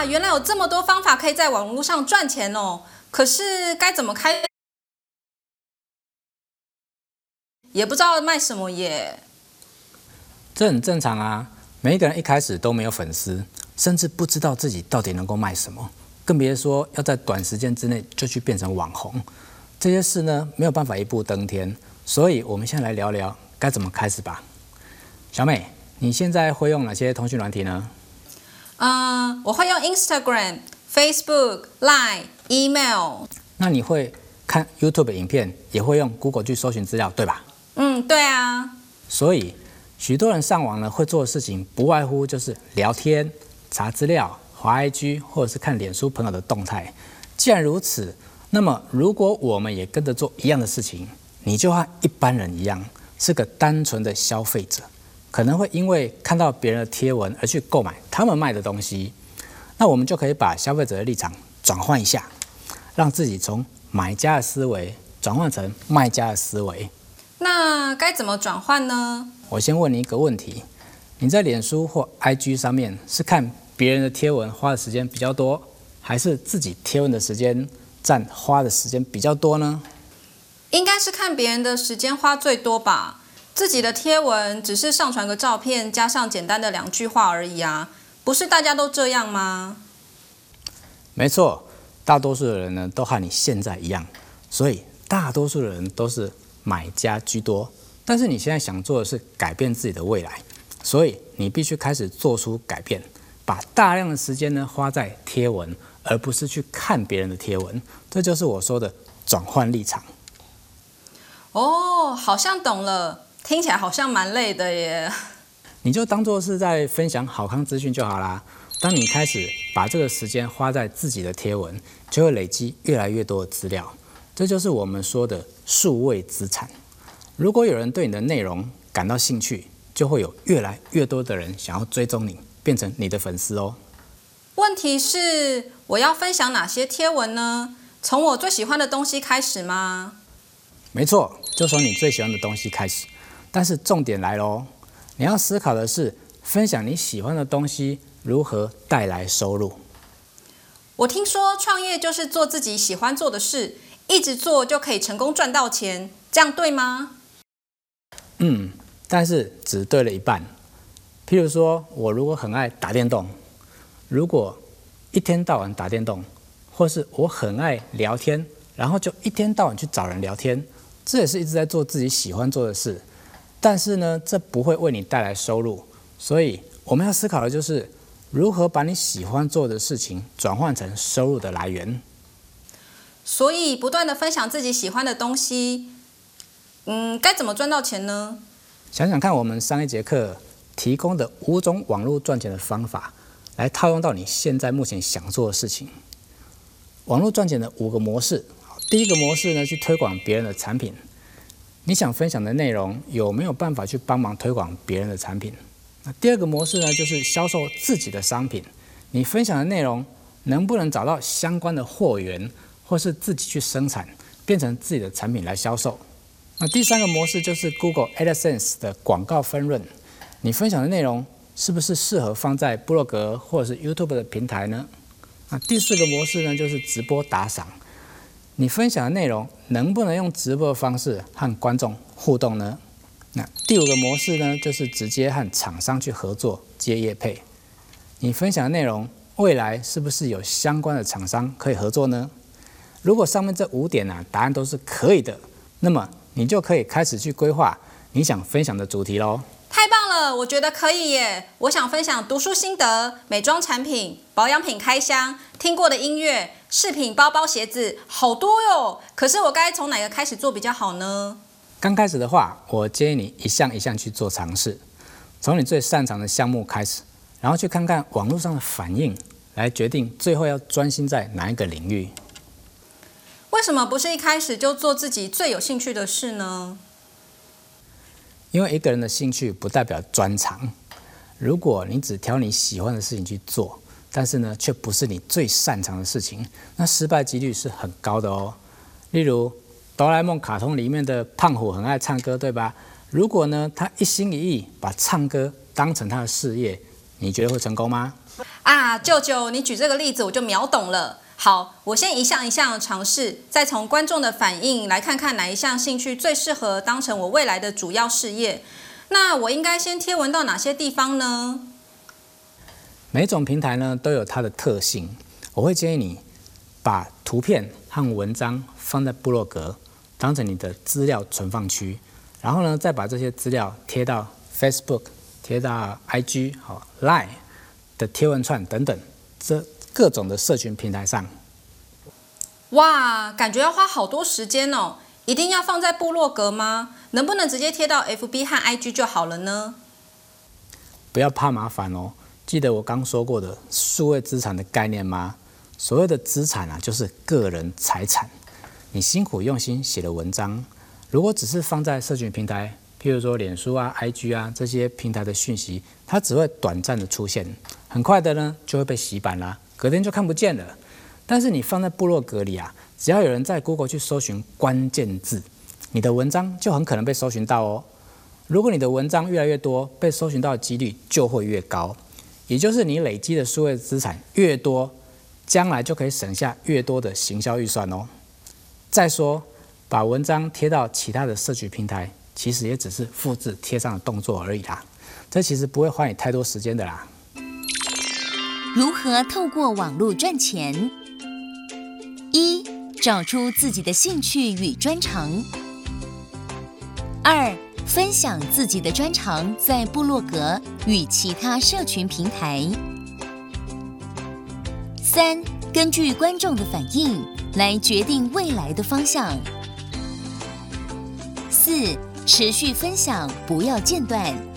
原来有这么多方法可以在网络上赚钱哦。可是该怎么开，也不知道卖什么耶。 这很正常啊，每一个人一开始都没有粉丝，甚至不知道自己到底能够卖什么，更别说要在短时间之内就去变成网红。这些事呢，没有办法一步登天，所以我们先来聊聊该怎么开始吧。小美，你现在会用哪些通讯软体呢？ 我会用 Instagram、Facebook、Line、Email。 那你会看 YouTube 影片，也会用 Google 去搜寻资料，对吧？ 对啊。 所以许多人上网呢，会做的事情不外乎就是聊天、查资料、滑 IG， 或者是看脸书朋友的动态。既然如此，那么如果我们也跟着做一样的事情，你就和一般人一样，是个单纯的消费者，可能会因为看到别人的贴文而去购买他们卖的东西。那我们就可以把消费者的立场转换一下，让自己从买家的思维转换成卖家的思维。 那该怎么转换呢？ 我先问你一个问题，你在脸书或 IG 上面是看别人的贴文花的时间比较多，还是自己贴文的时间占花的时间比较多呢？ 应该是看别人的时间花最多吧。自己的贴文只是上传个照片，加上简单的2句话而已啊，不是大家都这样吗？ 没错，大多数的人呢都和你现在一样，所以大多数的人都是买家居多。但是你现在想做的是改变自己的未来，所以你必须开始做出改变，把大量的时间呢花在贴文，而不是去看别人的贴文。这就是我说的转换立场。 哦，好像懂了，听起来好像蛮累的耶。 你就当作是在分享好康资讯就好啦。当你开始把这个时间花在自己的贴文，就会累积越来越多的资料，这就是我们说的数位资产。如果有人对你的内容感到兴趣，就会有越来越多的人想要追踪你，变成你的粉丝哦。 问题是，我要分享哪些贴文呢？从我最喜欢的东西开始吗？ 没错，就从你最喜欢的东西开始。但是重点来咯，你要思考的是，分享你喜欢的东西如何带来收入。 我听说创业就是做自己喜欢做的事，一直做就可以成功赚到钱，这样对吗？ 但是只对了一半。譬如说，我如果很爱打电动，如果一天到晚打电动，或是我很爱聊天，然后就一天到晚去找人聊天，这也是一直在做自己喜欢做的事。但是呢，这不会为你带来收入，所以我们要思考的就是如何把你喜欢做的事情转换成收入的来源。 所以不断的分享自己喜欢的东西，该怎么赚到钱呢？ 想想看，我们上一节课提供的5种网络赚钱的方法，来套用到你现在目前想做的事情。网络赚钱的5个模式。第一个模式呢，去推广别人的产品。你想分享的内容有没有办法去帮忙推广别人的产品？那第二个模式呢，就是销售自己的商品。你分享的内容能不能找到相关的货源，或是自己去生产，变成自己的产品来销售？那第3个模式就是 Google AdSense 的广告分润。你分享的内容是不是适合放在部落格或者是 YouTube 的平台呢？那第4个模式呢，就是直播打赏。你分享的内容能不能用直播的方式和观众互动呢？那第5个模式呢，就是直接和厂商去合作接业配。你分享的内容未来是不是有相关的厂商可以合作呢？如果上面这5点答案都是可以的，那么你就可以开始去规划你想分享的主题咯。 太棒了，我觉得可以耶！我想分享读书心得、美妆产品、保养品开箱、听过的音乐、饰品、包包、鞋子，好多哟。可是我该从哪个开始做比较好呢？ 刚开始的话，我建议你一项一项去做尝试，从你最擅长的项目开始，然后去看看网络上的反应，来决定最后要专心在哪一个领域。 为什么不是一开始就做自己最有兴趣的事呢？ 因为一个人的兴趣不代表专长。如果你只挑你喜欢的事情去做，但是呢，却不是你最擅长的事情，那失败几率是很高的哦。例如，哆啦 A 梦卡通里面的胖虎很爱唱歌，对吧？如果呢，他一心一意把唱歌当成他的事业， 你觉得会成功吗？ 啊，舅舅，你举这个例子我就秒懂了。好，我先一项一项的尝试，再从观众的反应来看看哪一项兴趣最适合当成我未来的主要事业。那我应该先贴文到哪些地方呢？ 每种平台呢都有它的特性，我会建议你把图片和文章放在部落格，当成你的资料存放区，然后呢再把这些资料贴到 Facebook、贴到 IG、Line 的贴文串等等这各种的社群平台上。 哇，感觉要花好多时间哦！一定要放在部落格吗？能不能直接贴到 FB 和 IG 就好了呢？ 不要怕麻烦哦。记得我刚说过的数位资产的概念吗？所谓的资产啊，就是个人财产。你辛苦用心写的文章，如果只是放在社群平台，譬如说脸书啊、IG 啊这些平台的讯息，它只会短暂的出现，很快的呢就会被洗版啦，隔天就看不见了。但是你放在部落格里啊，只要有人在 Google 去搜寻关键字，你的文章就很可能被搜寻到哦。如果你的文章越来越多，被搜寻到的几率就会越高。也就是你累积的数位资产越多，将来就可以省下越多的行销预算哦。再说，把文章贴到其他的社群平台，其实也只是复制贴上的动作而已啦，这其实不会花你太多时间的啦。 如何透过网络赚钱？1. 找出自己的兴趣与专长。2. 分享自己的专长在部落格与其他社群平台。3. 根据观众的反应来决定未来的方向。4. 持续分享，不要间断。